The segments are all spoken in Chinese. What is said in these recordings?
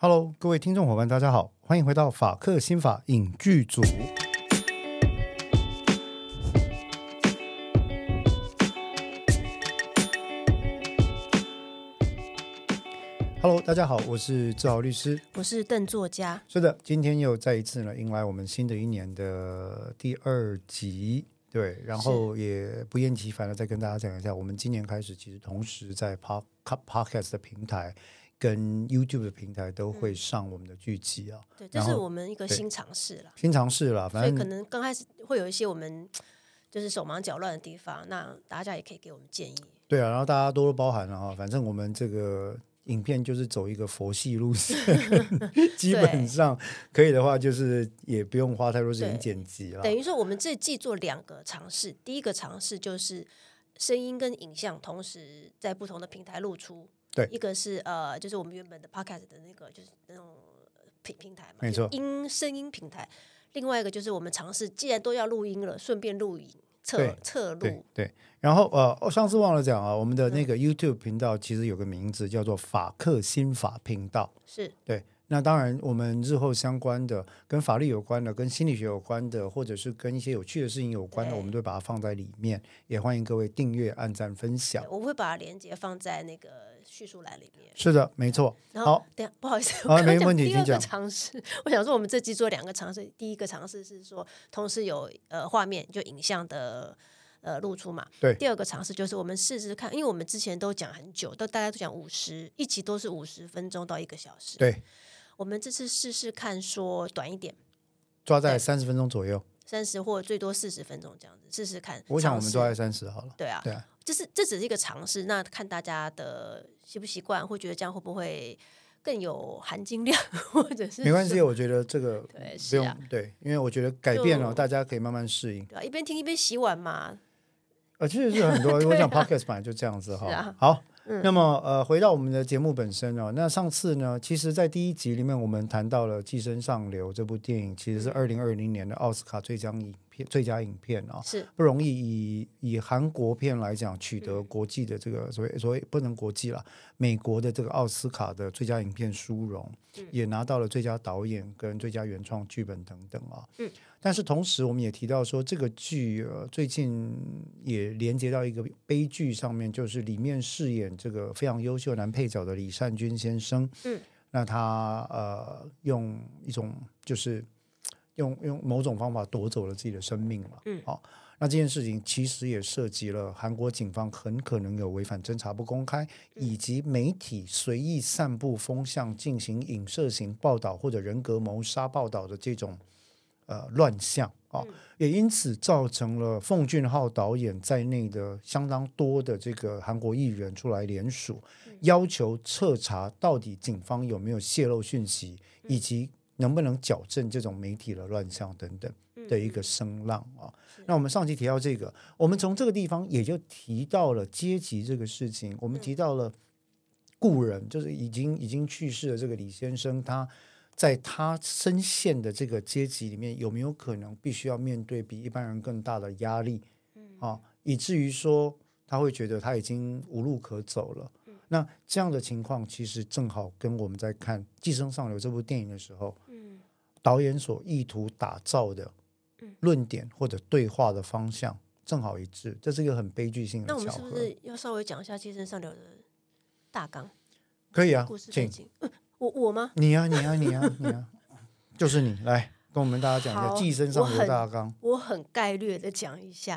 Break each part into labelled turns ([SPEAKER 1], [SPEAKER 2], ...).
[SPEAKER 1] Hello， 各位听众伙伴，大家好，欢迎回到法克新法影剧组。Hello， 大家好，我是志豪律师，
[SPEAKER 2] 我是邓作家。
[SPEAKER 1] 是的，今天又再一次呢，迎来我们新的一年的第2集。对，然后也不厌其烦的再跟大家讲一下，我们今年开始其实同时在 Podcast 的平台跟 YouTube 的平台都会上我们的剧集啊。
[SPEAKER 2] 对，这是我们一个新尝试啦。
[SPEAKER 1] 新尝试啦，反正
[SPEAKER 2] 所以可能刚开始会有一些我们就是手忙脚乱的地方，那大家也可以给我们建议。
[SPEAKER 1] 对啊，然后大家多多包涵了哈，反正我们这个影片就是走一个佛系路线，基本上可以的话，就是也不用花太多时间剪辑了。
[SPEAKER 2] 等于说，我们这季做2个尝试，第一个尝试就是声音跟影像同时在不同的平台露出。
[SPEAKER 1] 对，
[SPEAKER 2] 一个是就是我们原本的 podcast 的那个就是那种平台嘛，
[SPEAKER 1] 没错，
[SPEAKER 2] 声音平台。另外一个就是我们尝试，既然都要录音了，顺便录影。侧录。
[SPEAKER 1] 对，然后上次忘了讲啊，我们的那个 YouTube 频道其实有个名字叫做法克新法频道。
[SPEAKER 2] 是，
[SPEAKER 1] 对。那当然，我们日后相关的、跟法律有关的、跟心理学有关的，或者是跟一些有趣的事情有关的，我们都会把它放在里面。也欢迎各位订阅、按赞、分享。
[SPEAKER 2] 我会把链接放在那个叙述栏里面。
[SPEAKER 1] 是的，没错。
[SPEAKER 2] 好，等下不好意思，
[SPEAKER 1] 没问题。第
[SPEAKER 2] 2个尝试，我想说我们这季做2个尝试。第一个尝试是说，同时有画面就影像的露出嘛。
[SPEAKER 1] 对。
[SPEAKER 2] 第2个尝试就是我们试试看，因为我们之前都讲很久，大家都讲一集都是50分钟到1个小时。
[SPEAKER 1] 对。
[SPEAKER 2] 我们这次试试看，说短一点，
[SPEAKER 1] 抓在30分钟左右
[SPEAKER 2] ，30或最多40分钟这样子试试看。
[SPEAKER 1] 我想我们抓在30好了。
[SPEAKER 2] 对啊，这只是一个尝试，那看大家的习不习惯，会觉得这样会不会更有含金量，或者是
[SPEAKER 1] 没关系，我觉得这个不用对，因为我觉得改变了，大家可以慢慢适应。
[SPEAKER 2] 对啊，一边听一边洗碗嘛。
[SPEAKER 1] 其实是很多，我讲 Podcast 本来就这样子哈。好。那么回到我们的节目本身哦，那上次呢，其实在第1集里面我们谈到了《寄生上流》这部电影，其实是2020年的奥斯卡最佳影片啊，
[SPEAKER 2] 是
[SPEAKER 1] 不容易以韩国片来讲取得国际的这个所谓不能国际啦，美国的这个奥斯卡的最佳影片殊荣，也拿到了最佳导演跟最佳原创剧本等等啊。但是同时我们也提到说，这个剧最近也连接到一个悲剧上面，就是里面饰演这个非常优秀男配角的李善均先生，那他用一种就是用某种方法夺走了自己的生命了。那这件事情其实也涉及了韩国警方很可能有违反侦查不公开，以及媒体随意散布风向进行影射型报道或者人格谋杀报道的这种乱象也因此造成了奉俊昊导演在内的相当多的这个韩国艺人出来联署，要求彻查到底警方有没有泄露讯息，以及能不能矫正这种媒体的乱象等等的一个声浪那我们上期提到这个，我们从这个地方也就提到了阶级这个事情，我们提到了故人，就是已经去世的这个李先生，他在他深陷的这个阶级里面，有没有可能必须要面对比一般人更大的压力以至于说他会觉得他已经无路可走了。那这样的情况其实正好跟我们在看《寄生上流》这部电影的时候，导演所意图打造的论点或者对话的方向正好一致，这是一个很悲剧性的巧合。
[SPEAKER 2] 那我们是不是要稍微讲一下《寄生上流》的大纲？
[SPEAKER 1] 可以啊，
[SPEAKER 2] 故事背景。我吗？
[SPEAKER 1] 你啊，就是你来跟我们大家讲一下《寄生上流》大纲。
[SPEAKER 2] 我很概略的讲一下。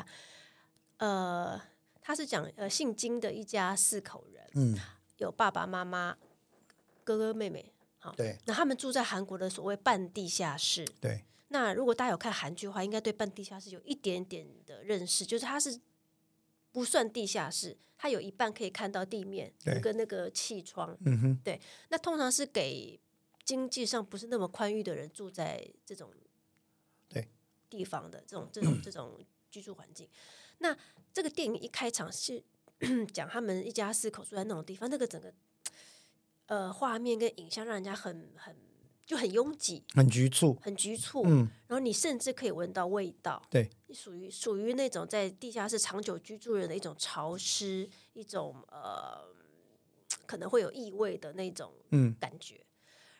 [SPEAKER 2] 他是讲姓金的一家4口人，有爸爸妈妈、哥哥妹妹。
[SPEAKER 1] 对，
[SPEAKER 2] 那他们住在韩国的所谓半地下室。
[SPEAKER 1] 对，
[SPEAKER 2] 那如果大家有看韩剧的话，应该对半地下室有一点点的认识，就是它是不算地下室，它有一半可以看到地面，有个那个气窗。对，那通常是给经济上不是那么宽裕的人住在这种地方的这种居住环境。那这个电影一开场是讲他们一家4口住在那种地方，那个整个画面跟影像让人家很拥挤，很局促，然后你甚至可以闻到味道，
[SPEAKER 1] 对，
[SPEAKER 2] 属于那种在地下室长久居住人的一种潮湿，一种可能会有异味的那种感觉。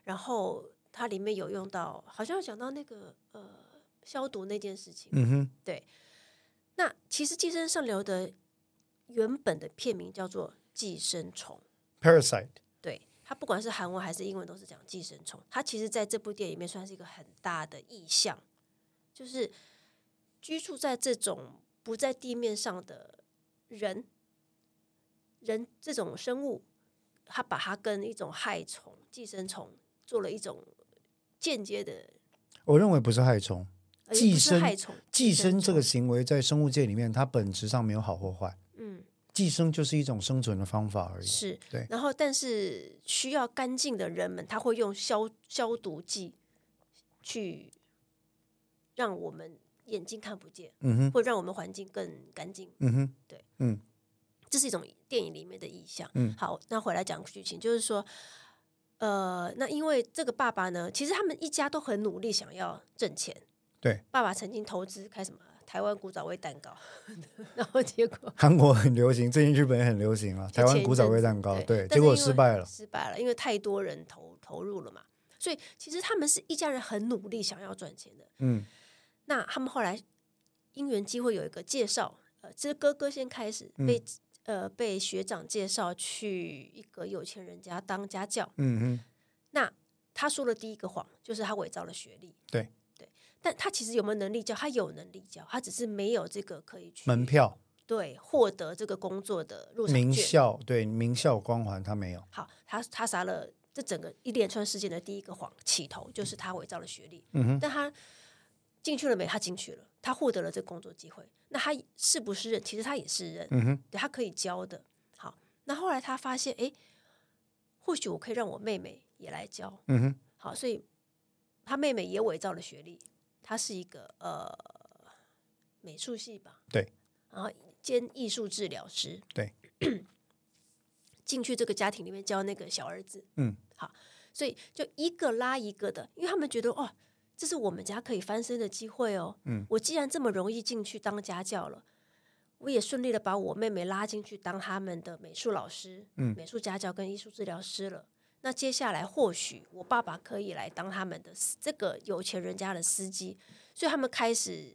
[SPEAKER 2] 然后它里面有用到，好像有讲到那个消毒那件事情。对。那其实寄生上流的原本的片名叫做寄生虫
[SPEAKER 1] Parasite。
[SPEAKER 2] 对，它不管是韩文还是英文都是讲寄生虫。它其实在这部电影里面算是一个很大的意象，就是居住在这种不在地面上的人这种生物，他把它跟一种害虫寄生虫做了一种间接的，
[SPEAKER 1] 我认为不是害虫，寄生这个
[SPEAKER 2] 虫
[SPEAKER 1] 行为在生物界里面它本质上没有好或坏，寄生就是一种生存的方法而已。
[SPEAKER 2] 是，
[SPEAKER 1] 对。
[SPEAKER 2] 然后但是需要干净的人们，他会用消毒剂去让我们眼睛看不见，或让我们环境更干净。对，这是一种电影里面的意象。好，那回来讲剧情，就是说，那因为这个爸爸呢，其实他们一家都很努力想要挣钱。
[SPEAKER 1] 对，
[SPEAKER 2] 爸爸曾经投资开什么台湾古早味蛋糕，然后结果
[SPEAKER 1] 韩国很流行，最近日本也很流行了，台湾古早味蛋糕，对，结果失败
[SPEAKER 2] 了，因为太多人投入了嘛。所以其实他们是一家人很努力想要赚钱的。那他们后来因缘机会有一个介绍，这哥哥先开始被学长介绍去一个有钱人家当家教。那他说了第一个谎，就是他伪造了学历。
[SPEAKER 1] 对，
[SPEAKER 2] 但他其实有没有能力教？他有能力教，他只是没有这个可以去
[SPEAKER 1] 门票，
[SPEAKER 2] 对，获得这个工作的入场券。
[SPEAKER 1] 名校光环他没有。
[SPEAKER 2] 好，他撒了这整个一连串事件的第一个谎，起头就是他伪造了学历。但他进去了没？他进去了，他获得了这个工作机会。那他是不是认？其实他也是认。对，他可以教的。好，那后来他发现，或许我可以让我妹妹也来教。好，所以他妹妹也伪造了学历，她是一个美术系吧？
[SPEAKER 1] 对，
[SPEAKER 2] 然后兼艺术治疗师。
[SPEAKER 1] 对，
[SPEAKER 2] 进去这个家庭里面教那个小儿子。好，所以就一个拉一个的，因为他们觉得这是我们家可以翻身的机会哦。我既然这么容易进去当家教了，我也顺利的把我妹妹拉进去当他们的美术老师、美术家教跟艺术治疗师了。那接下来或许我爸爸可以来当他们的这个有钱人家的司机，所以他们开始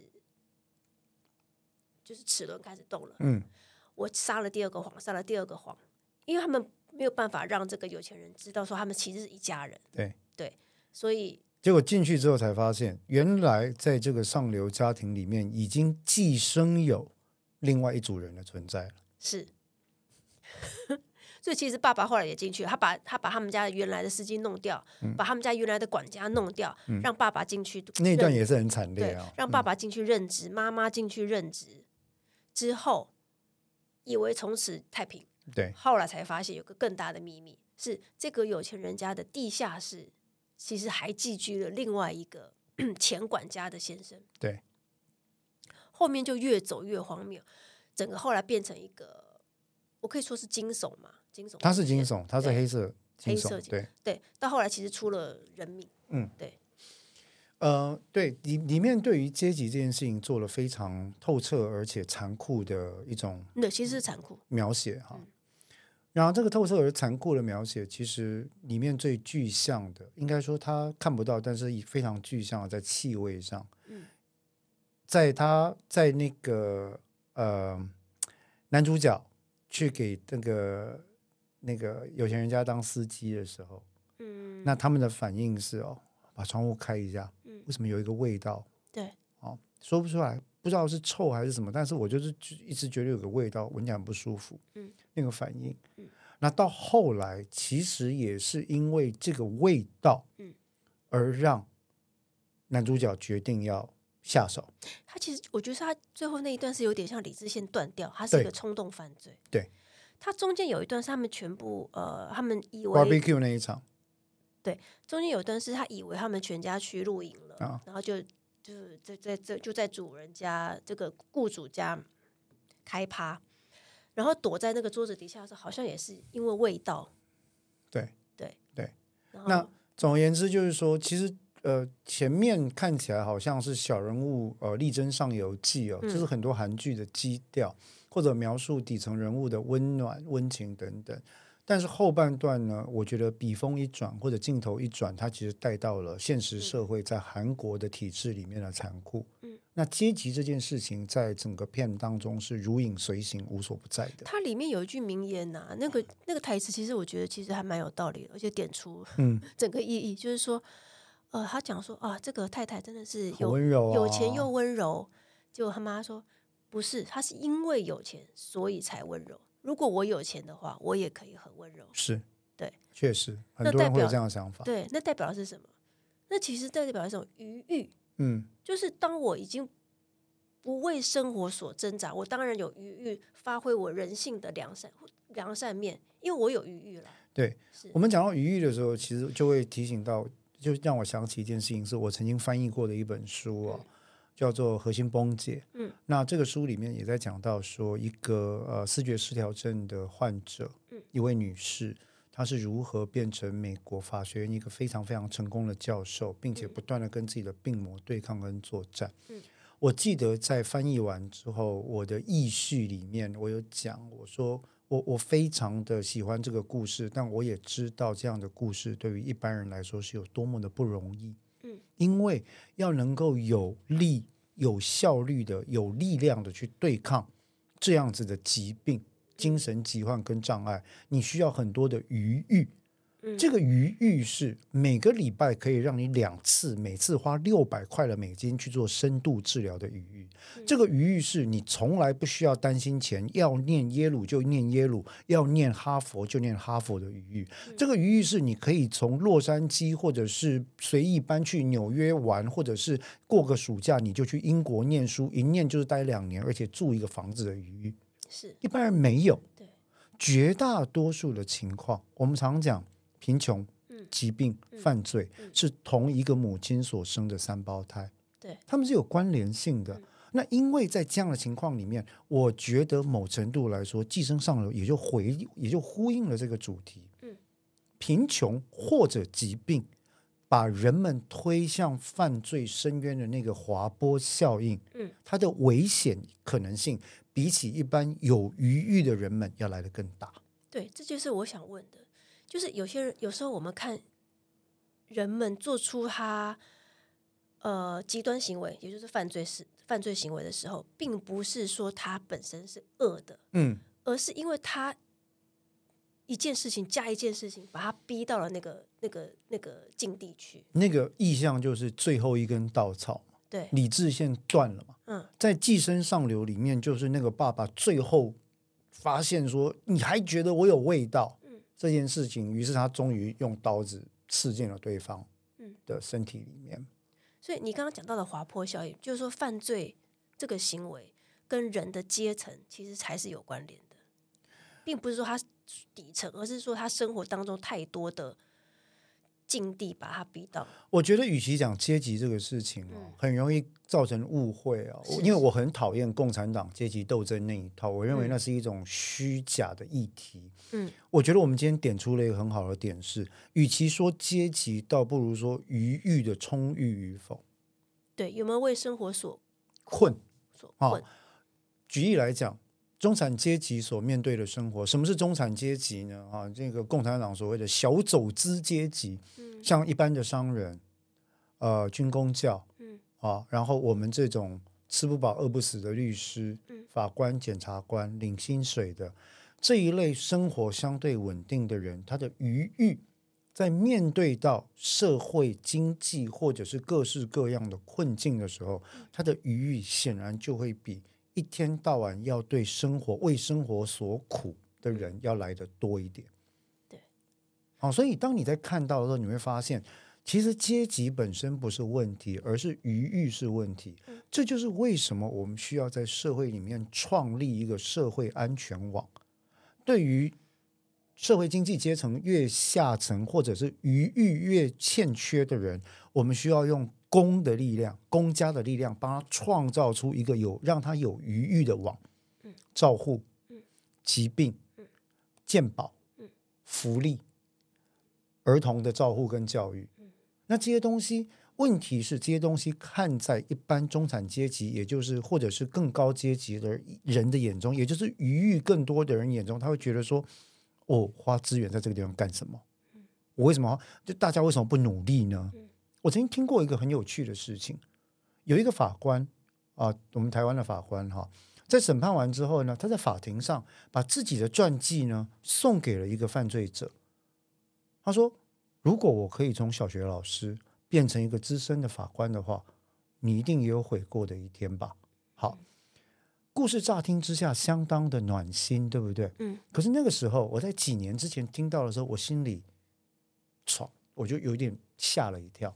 [SPEAKER 2] 就是齿轮开始动了。我撒了第二个谎，因为他们没有办法让这个有钱人知道说他们其实是一家人。对，所以
[SPEAKER 1] 结果进去之后才发现，原来在这个上流家庭里面已经寄生有另外一组人的存在了。
[SPEAKER 2] 是。所以其实爸爸后来也进去，他把他们家原来的司机弄掉，把他们家原来的管家弄掉，让爸爸进去。
[SPEAKER 1] 那一段也是很惨烈啊。
[SPEAKER 2] 让爸爸进去任职，妈妈进去任职之后，以为从此太平。
[SPEAKER 1] 对，
[SPEAKER 2] 后来才发现有个更大的秘密，是这个有钱人家的地下室其实还寄居了另外一个前管家的先生。
[SPEAKER 1] 对，
[SPEAKER 2] 后面就越走越荒谬，整个后来变成一个，我可以说是惊悚嘛。
[SPEAKER 1] 它是惊悚，它是黑色惊悚。
[SPEAKER 2] 对，到后来其实出了人命。对。
[SPEAKER 1] 对，里面对于阶级这件事情做了非常透彻而且残酷的一种，
[SPEAKER 2] 其实是残酷
[SPEAKER 1] 描写哈。然后这个透彻而残酷的描写，其实里面最具象的，应该说他看不到，但是非常具象的在气味上。在那个男主角去给那个有钱人家当司机的时候，那他们的反应是把窗户开一下，为什么有一个味道？
[SPEAKER 2] 对，
[SPEAKER 1] 说不出来，不知道是臭还是什么，但是我就是一直觉得有个味道，闻起来很不舒服。那个反应，那到后来其实也是因为这个味道，而让男主角决定要下手。
[SPEAKER 2] 他其实我觉得他最后那一段是有点像理智线断掉，他是一个冲动犯罪。
[SPEAKER 1] 对，
[SPEAKER 2] 他中间有一段是他们全部他们以为
[SPEAKER 1] barbecue 那一场，
[SPEAKER 2] 对，中间有一段是他以为他们全家去露营了，然后就在主人家这个雇主家开趴，然后躲在那个桌子底下的时候，好像也是因为味道。对。
[SPEAKER 1] 那总而言之就是说，其实前面看起来好像是小人物力争上游记就是很多韩剧的基调，或者描述底层人物的温暖温情等等。 但是后半段呢，我觉得笔锋一转或者镜头一转，它其实带到了现实社会在韩国的体制里面的残酷。那阶级这件事情在整个片当中是如影随形，无所不在的。
[SPEAKER 2] 它里面有一句名言啊，那个台词，其实我觉得其实还蛮有道理的，而且点出整个意义，就是说，他讲说啊，这个太太真的是
[SPEAKER 1] 温柔
[SPEAKER 2] 有钱又温柔。结果他妈说不是，他是因为有钱所以才温柔。如果我有钱的话，我也可以很温柔。
[SPEAKER 1] 是，
[SPEAKER 2] 对，
[SPEAKER 1] 确实很多人会有这样的想法。
[SPEAKER 2] 对，那代表的是什么？那其实代表一种余裕。就是当我已经不为生活所挣扎，我当然有余裕发挥我人性的良善面，因为我有余裕了。
[SPEAKER 1] 对，我们讲到余裕的时候，其实就会提醒到，就让我想起一件事情，是我曾经翻译过的一本书叫做《核心崩解》。那这个书里面也在讲到说，一个思觉失调症的患者，一位女士，她是如何变成美国法学院一个非常非常成功的教授，并且不断的跟自己的病魔对抗跟作战。我记得在翻译完之后，我的译序里面我有讲，我说我非常的喜欢这个故事，但我也知道这样的故事对于一般人来说是有多么的不容易。因为要能够有力、有效率的、有力量的去对抗这样子的疾病、精神疾患跟障碍，你需要很多的余裕。这个余裕是每个礼拜可以让你2次，每次花$600的美金去做深度治疗的余裕。这个余裕是你从来不需要担心钱，要念耶鲁就念耶鲁，要念哈佛就念哈佛的余裕。这个余裕是你可以从洛杉矶或者是随意搬去纽约玩，或者是过个暑假你就去英国念书，一念就是待2年，而且住一个房子的余裕。
[SPEAKER 2] 是
[SPEAKER 1] 一般人没有。
[SPEAKER 2] 对，
[SPEAKER 1] 绝大多数的情况，我们常讲贫穷、疾病、犯罪是同一个母亲所生的3胞胎，
[SPEAKER 2] 对，
[SPEAKER 1] 他们是有关联性的。那因为在这样的情况里面，我觉得某程度来说，寄生上流也就呼应了这个主题。贫穷或者疾病把人们推向犯罪深渊的那个滑坡效应，它的危险可能性比起一般有余裕的人们要来得更大。
[SPEAKER 2] 对，这就是我想问的，就是有些人有时候我们看人们做出他极端行为，也就是犯罪行为的时候，并不是说他本身是恶的，而是因为他一件事情加一件事情，把他逼到了那个境地去。那
[SPEAKER 1] 个意象就是最后一根稻草嘛，
[SPEAKER 2] 对，
[SPEAKER 1] 理智线断了嘛。在寄生上流里面，就是那个爸爸最后发现说，你还觉得我有味道，这件事情，于是他终于用刀子刺进了对方的身体里面。
[SPEAKER 2] 所以你刚刚讲到的滑坡效应，就是说犯罪这个行为跟人的阶层其实才是有关联的，并不是说他底层，而是说他生活当中太多的境地把他逼到。
[SPEAKER 1] 我觉得与其讲阶级这个事情很容易造成误会因为我很讨厌共产党阶级斗争那一套，我认为那是一种虚假的议题。我觉得我们今天点出了一个很好的点是，与其说阶级，倒不如说余裕的充裕与否。
[SPEAKER 2] 对，有没有为生活所
[SPEAKER 1] 困？举例来讲，中产阶级所面对的生活，什么是中产阶级呢？这个共产党所谓的小走资阶级，像一般的商人、军公教，然后我们这种吃不饱饿不死的律师、法官、检察官，领薪水的这一类生活相对稳定的人，他的余裕在面对到社会经济或者是各式各样的困境的时候，他的余裕显然就会比一天到晚要对生活为生活所苦的人要来得多一点。
[SPEAKER 2] 对，
[SPEAKER 1] 所以当你在看到的时候，你会发现其实阶级本身不是问题，而是余裕是问题。这就是为什么我们需要在社会里面创立一个社会安全网。对于社会经济阶层越下层或者是余裕越欠缺的人，我们需要用公的力量、公家的力量帮他创造出一个让他有余裕的网，照护、疾病、健保、福利、儿童的照护跟教育。那这些东西，问题是这些东西看在一般中产阶级，也就是或者是更高阶级的人的眼中，也就是余裕更多的人眼中，他会觉得说， 我花资源在这个地方干什么？我为什么就大家为什么不努力呢？我曾经听过一个很有趣的事情，有一个法官我们台湾的法官在审判完之后呢，他在法庭上把自己的传记呢送给了一个犯罪者。他说，如果我可以从小学老师变成一个资深的法官的话，你一定也有悔过的一天吧。好，故事乍听之下相当的暖心，对不对？可是那个时候我在几年之前听到的时候，我心里我就有点吓了一跳。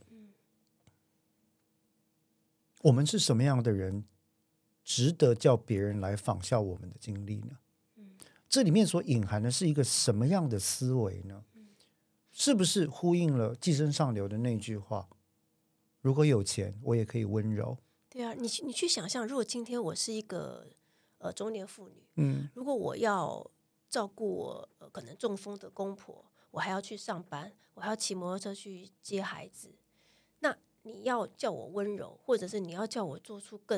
[SPEAKER 1] 我们是什么样的人值得叫别人来仿效我们的经历呢？这里面所隐含的是一个什么样的思维呢？是不是呼应了寄生上流的那句话，如果有钱我也可以温柔？
[SPEAKER 2] 对啊，你去想象，如果今天我是一个中年妇女，如果我要照顾我可能中风的公婆，我还要去上班，我还要骑摩托车去接孩子，那你要叫我温柔，或者是你要叫我做出更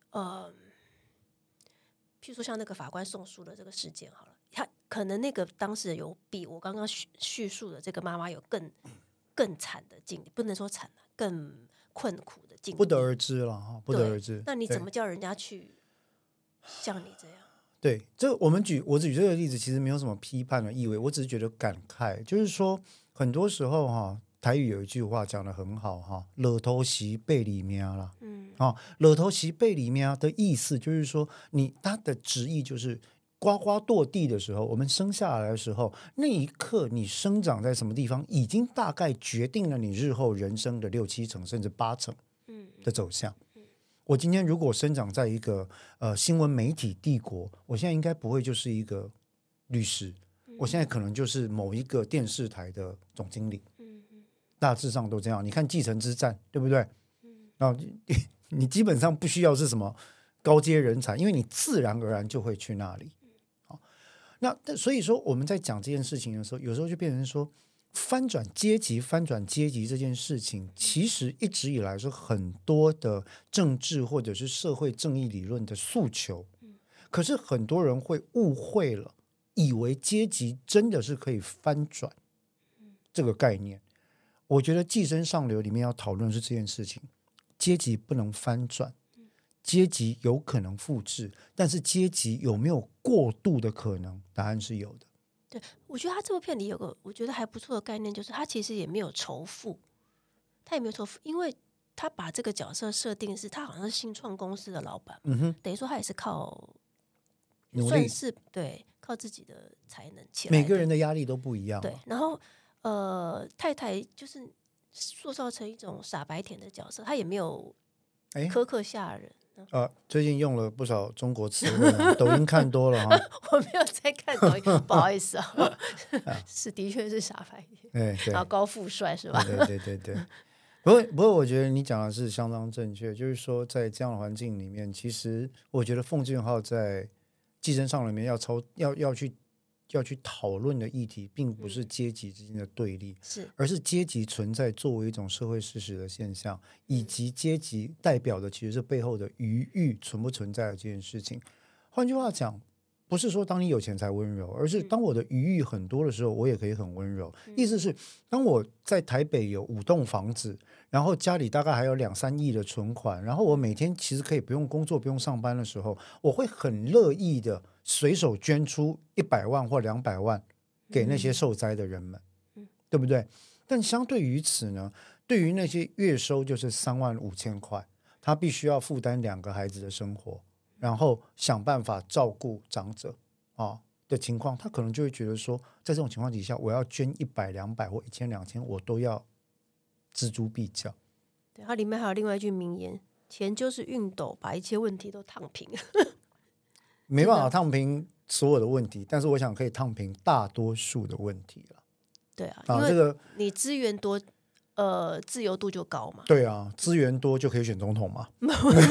[SPEAKER 2] 譬如说像那个法官送书的这个事件好了，他可能那个当事人有比我刚刚叙述的这个妈妈有更惨的经历，不能说惨，更困苦的经历，
[SPEAKER 1] 不得而知了，不得而知。
[SPEAKER 2] 那你怎么叫人家去像你这样？
[SPEAKER 1] 对，我举这个例子其实没有什么批判的意味，我只是觉得感慨，就是说很多时候台语有一句话讲得很好惹头席背里面啦，惹头席背里面的意思就是说，它的直译就是呱呱堕地的时候，我们生下来的时候，那一刻你生长在什么地方，已经大概决定了你日后人生的6、7成甚至8成的走向。我今天如果生长在一个新闻媒体帝国，我现在应该不会就是一个律师，我现在可能就是某一个电视台的总经理，大致上都这样。你看继承之战，对不对？然后你基本上不需要是什么高阶人才，因为你自然而然就会去那里。那所以说我们在讲这件事情的时候，有时候就变成说翻转阶级这件事情，其实一直以来是很多的政治或者是社会正义理论的诉求，可是很多人会误会了，以为阶级真的是可以翻转这个概念。我觉得寄生上流里面要讨论的是这件事情，阶级不能翻转，阶级有可能复制，但是阶级有没有过渡的可能？答案是有的。
[SPEAKER 2] 对，我觉得他这部片里有个我觉得还不错的概念，就是他其实也没有仇富，因为他把这个角色设定是他好像是新创公司的老板，等于说他也是靠
[SPEAKER 1] 努力，
[SPEAKER 2] 算是对靠自己的才能起来的，
[SPEAKER 1] 每个人的压力都不一样。
[SPEAKER 2] 对，然后太太就是塑造成一种傻白甜的角色，他也没有苛刻吓人。
[SPEAKER 1] 最近用了不少中国词汇抖音看多了
[SPEAKER 2] 我没有在看抖音，不好意思是的确是傻白甜，然后高富帅是吧？
[SPEAKER 1] 对。不过我觉得你讲的是相当正确，就是说在这样的环境里面，其实我觉得奉俊昊在寄生上里面要去讨论的议题，并不是阶级之间的对立，而是阶级存在作为一种社会事实的现象，以及阶级代表的其实是背后的余欲存不存在的这件事情。换句话讲，不是说当你有钱才温柔，而是当我的余裕很多的时候，我也可以很温柔。意思是，当我在台北有5栋房子，然后家里大概还有2、3亿的存款，然后我每天其实可以不用工作、不用上班的时候，我会很乐意的随手捐出100万或200万给那些受灾的人们，对不对？但相对于此呢，对于那些月收就是3万5千块，他必须要负担2个孩子的生活，然后想办法照顾长者的情况，他可能就会觉得说，在这种情况底下，我要捐100、200或1000、2000，我都要锱铢必较。
[SPEAKER 2] 对，它里面还有另外一句名言：钱就是熨斗，把一切问题都烫平。
[SPEAKER 1] 没办法烫平所有的问题，但是我想可以烫平大多数的问题了。
[SPEAKER 2] 对啊，因为这个你资源多，自由度就高嘛。
[SPEAKER 1] 对啊，资源多就可以选总统嘛。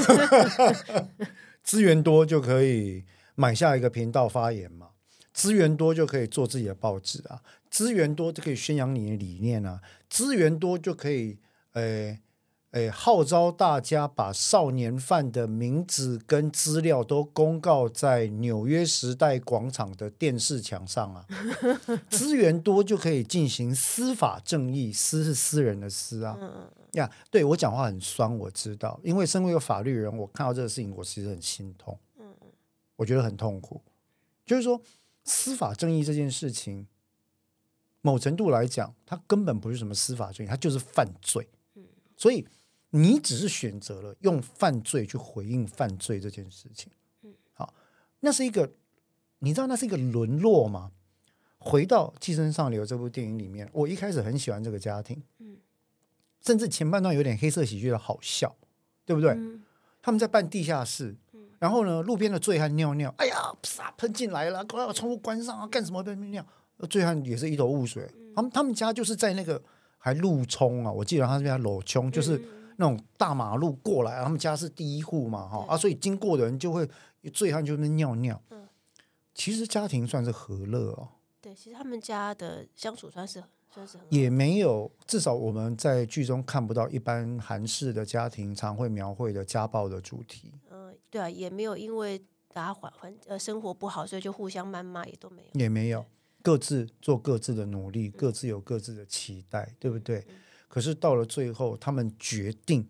[SPEAKER 1] 资源多就可以买下一个频道发言嘛。资源多就可以做自己的报纸啊，资源多就可以宣扬你的理念啊，资源多就可以号召大家把少年犯的名字跟资料都公告在纽约时代广场的电视墙上啊，资源多就可以进行司法正义，私是私人的私啊。呀，对，我讲话很酸，我知道，因为身为一个法律人，我看到这个事情，我其实很心痛，我觉得很痛苦。就是说，司法正义这件事情，某程度来讲，它根本不是什么司法正义，它就是犯罪。所以你只是选择了用犯罪去回应犯罪这件事情。好，那是一个，你知道那是一个沦落吗？回到《寄生上流》这部电影里面，我一开始很喜欢这个家庭，甚至前半段有点黑色喜剧的好笑，对不对？他们在办地下室，然后呢，路边的醉汉尿尿，哎呀，啪喷进来了，快把窗户关上啊，干什么尿？醉汉也是一头雾水。他们家就是在那个还路冲啊，我记得他这边路冲就是那种大马路过来，他们家是第一户嘛，所以经过的人就会醉汉就在那尿尿。其实家庭算是和乐哦。
[SPEAKER 2] 对，其实他们家的相处算是很好，
[SPEAKER 1] 也没有，至少我们在剧中看不到一般韩式的家庭常会描绘的家暴的主题。
[SPEAKER 2] 对啊，也没有因为大家生活不好，所以就互相谩骂，也都没有，
[SPEAKER 1] 也没有，各自做各自的努力，各自有各自的期待，对不对？可是到了最后，他们决定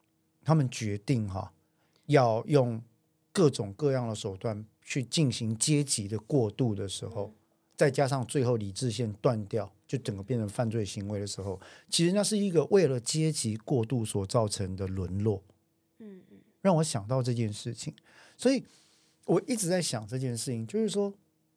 [SPEAKER 1] 要用各种各样的手段去进行阶级的过渡的时候，再加上最后理智线断掉，就整个变成犯罪行为的时候，其实那是一个为了阶级过渡所造成的沦落。让我想到这件事情，所以我一直在想这件事情，就是说，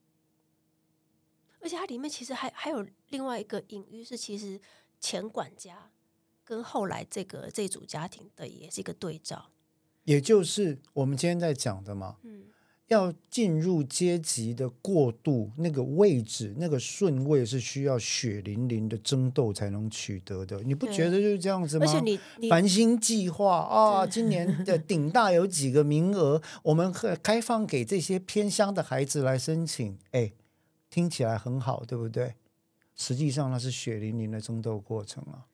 [SPEAKER 2] 而且它里面其实还有另外一个隐喻，是其实前管家跟后来这组家庭的也是一个对照，
[SPEAKER 1] 也就是我们今天在讲的嘛。要进入阶级的过渡，那个位置那个顺位是需要血淋淋的争斗才能取得的，你不觉得就是这样子吗？
[SPEAKER 2] 而且你
[SPEAKER 1] 繁星计划啊，今年的顶大有几个名额，我们开放给这些偏乡的孩子来申请，听起来很好，对不对？实际上那是血淋淋的争斗过程啊。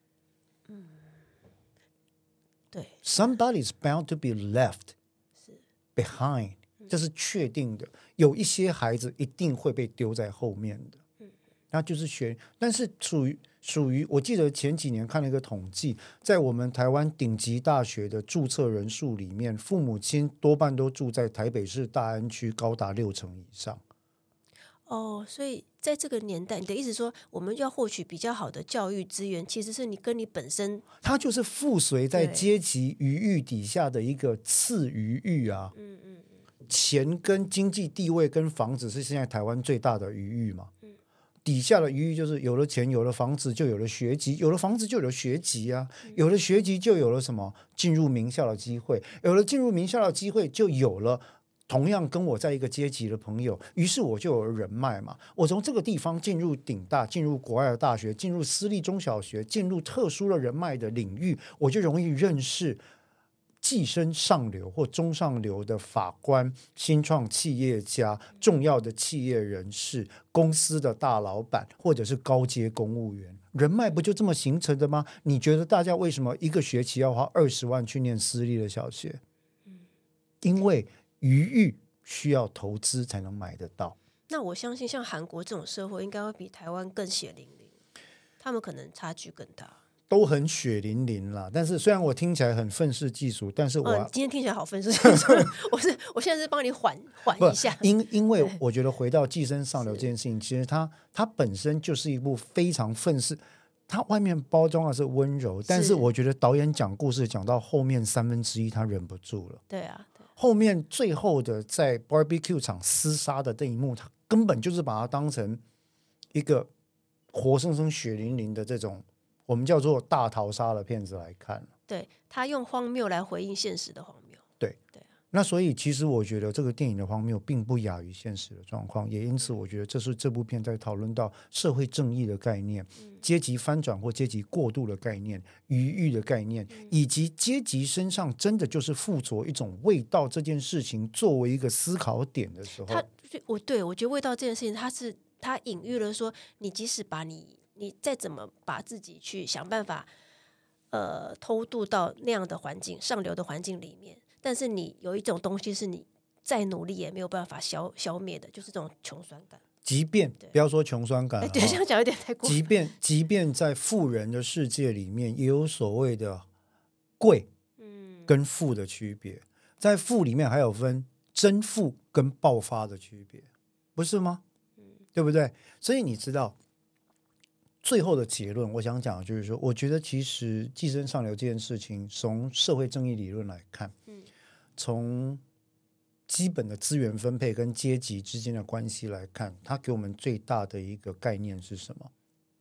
[SPEAKER 2] 对
[SPEAKER 1] ，Somebody's bound to be left behind。这是确定的，有一些孩子一定会被丢在后面的，那就是但是属于我记得前几年看了一个统计，在我们台湾顶级大学的注册人数里面，父母亲多半都住在台北市大安区，高达60%以上。
[SPEAKER 2] 所以在这个年代，你的意思说，我们要获取比较好的教育资源，其实是你跟你本身，
[SPEAKER 1] 它就是附随在阶级余裕底下的一个次余裕啊。钱跟经济地位跟房子是现在台湾最大的余裕嘛。底下的余裕就是有了钱有了房子就有了学籍，有了房子就有了学籍啊，有了学籍就有了什么进入名校的机会，有了进入名校的机会就有了同样跟我在一个阶级的朋友，于是我就有了人脉嘛。我从这个地方进入顶大，进入国外的大学，进入私立中小学，进入特殊的人脉的领域，我就容易认识寄生上流或中上流的法官、新创企业家、重要的企业人士、公司的大老板，或者是高阶公务员。人脉不就这么形成的吗？你觉得大家为什么一个学期要花20万去念私立的小学？因为余裕需要投资才能买得到。
[SPEAKER 2] 那我相信像韩国这种社会应该会比台湾更血淋淋，他们可能差距更大，
[SPEAKER 1] 都很血淋淋啦。但是虽然我听起来很愤世嫉俗，但是我、
[SPEAKER 2] 今天听起来好愤世嫉俗我现在是帮你缓一下。
[SPEAKER 1] 因为我觉得回到寄生上流这件事情，其实它本身就是一部非常愤世，它外面包装的是温柔，但是我觉得导演讲故事讲到后面1/3他忍不住了。
[SPEAKER 2] 对啊，
[SPEAKER 1] 后面最后的在 barbecue 场厮杀的这一幕，他根本就是把它当成一个活生生血淋淋的这种我们叫做大逃杀的片子来看。
[SPEAKER 2] 对，他用荒谬来回应现实的荒谬。
[SPEAKER 1] 对，那所以其实我觉得这个电影的荒谬并不亚于现实的状况，也因此我觉得这是这部片在讨论到社会正义的概念、阶级翻转或阶级过渡的概念、余裕的概念，以及阶级身上真的就是附着一种味道这件事情作为一个思考点的时候，
[SPEAKER 2] 我觉得味道这件事情，它隐喻了说，你即使把你再怎么把自己去想办法偷渡到那样的环境，上流的环境里面，但是你有一种东西是你再努力也没有办法消灭的，就是这种穷酸感。
[SPEAKER 1] 即便不要说穷酸感，
[SPEAKER 2] 对，这样讲有点太过。
[SPEAKER 1] 即便在富人的世界里面，也有所谓的贵跟富的区别。在富里面还有分真富跟爆发的区别，不是吗？对不对？所以你知道最后的结论，我想讲的就是说，我觉得其实寄生上流这件事情，从社会正义理论来看，从基本的资源分配跟阶级之间的关系来看，它给我们最大的一个概念是什么？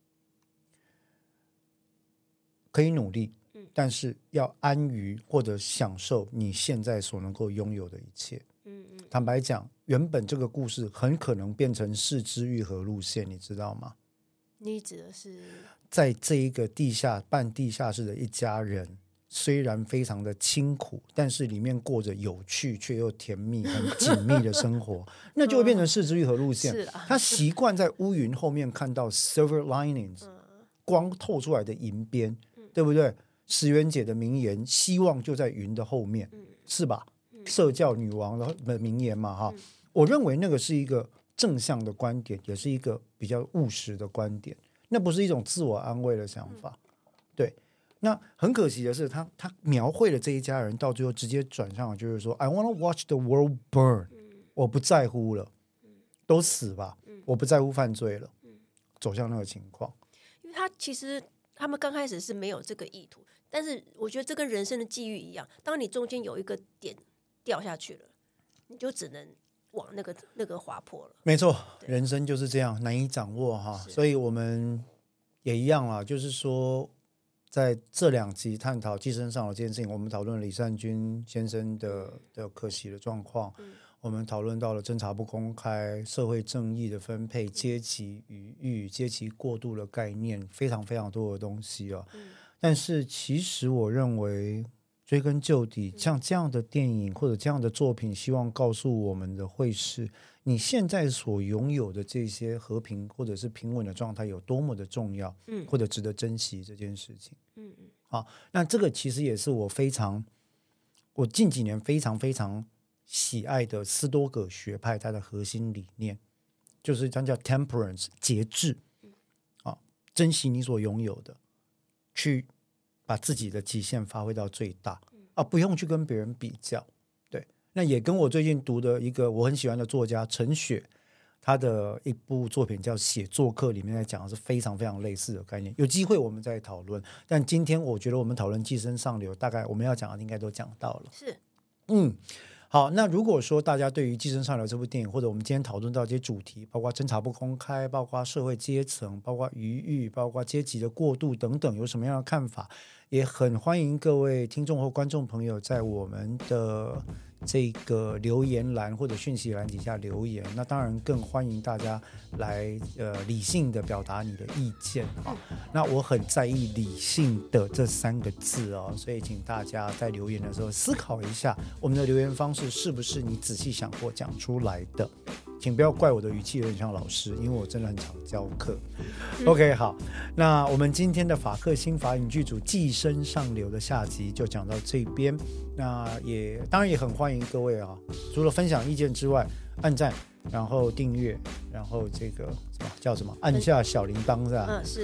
[SPEAKER 1] 可以努力，但是要安于或者享受你现在所能够拥有的一切。坦白讲，原本这个故事很可能变成是枝裕和路线，你知道吗？
[SPEAKER 2] 你指的是
[SPEAKER 1] 在这一个半地下室的一家人，虽然非常的清苦，但是里面过着有趣却又甜蜜很紧密的生活那就会变成是枝裕和路线。他习惯在乌云后面看到 silver linings，光透出来的银边，对不对？石原姐的名言，希望就在云的后面，是吧？社教女王的名言嘛，哈。我认为那个是一个正向的观点，也是一个比较务实的观点，那不是一种自我安慰的想法。对，那很可惜的是，他描绘了这一家人，到最后直接转向就是说 I want to watch the world burn，我不在乎了，都死吧，我不在乎犯罪了，走向那个情况。
[SPEAKER 2] 因为其实他们刚开始是没有这个意图，但是我觉得这跟人生的际遇一样，当你中间有一个点掉下去了，你就只能往那个滑坡了。没
[SPEAKER 1] 错，人生就是这样，难以掌握哈。所以我们也一样啦，就是说在这2集探讨寄生上流这件事情，我们讨论了李善均先生的可惜的状况，我们讨论到了侦查不公开、社会正义的分配、阶级余裕、阶级过渡的概念，非常非常多的东西啊。但是其实我认为追根究底，像这样的电影或者这样的作品，希望告诉我们的会是你现在所拥有的这些和平或者是平稳的状态有多么的重要，或者值得珍惜这件事情。好，那这个其实也是我近几年非常非常喜爱的斯多葛学派，它的核心理念就是它叫 temperance， 节制，珍惜你所拥有的，去把自己的极限发挥到最大，不用去跟别人比较。对，那也跟我最近读的一个我很喜欢的作家陈雪，他的一部作品叫《写作课》，里面在讲的是非常非常类似的概念。有机会我们再讨论，但今天我觉得我们讨论寄生上流，大概我们要讲的应该都讲到了。
[SPEAKER 2] 是，
[SPEAKER 1] 好，那如果说大家对于《寄生上流》这部电影，或者我们今天讨论到这些主题，包括侦查不公开，包括社会阶层，包括余裕，包括阶级的过渡等等，有什么样的看法，也很欢迎各位听众或观众朋友在我们的这个留言栏或者讯息栏底下留言。那当然更欢迎大家来理性的表达你的意见啊。那我很在意理性的这3个字哦，所以请大家在留言的时候思考一下，我们的留言方式是不是你仔细想过讲出来的。请不要怪我的语气有点像老师，因为我真的很常教课。OK， 好，那我们今天的法克新法影剧组寄生上流的下集就讲到这边。那当然也很欢迎各位啊，除了分享意见之外，按赞，然后订阅，然后这个叫什么，按下小铃铛是吧？
[SPEAKER 2] 是。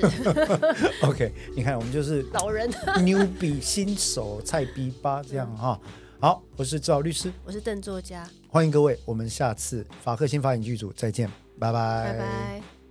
[SPEAKER 1] OK， 你看我们就是
[SPEAKER 2] 老人
[SPEAKER 1] newbie 新手菜逼吧这样哈。好，我是赵律师，
[SPEAKER 2] 我是邓作家，
[SPEAKER 1] 欢迎各位，我们下次法克新法影剧组再见，拜拜，
[SPEAKER 2] 拜拜。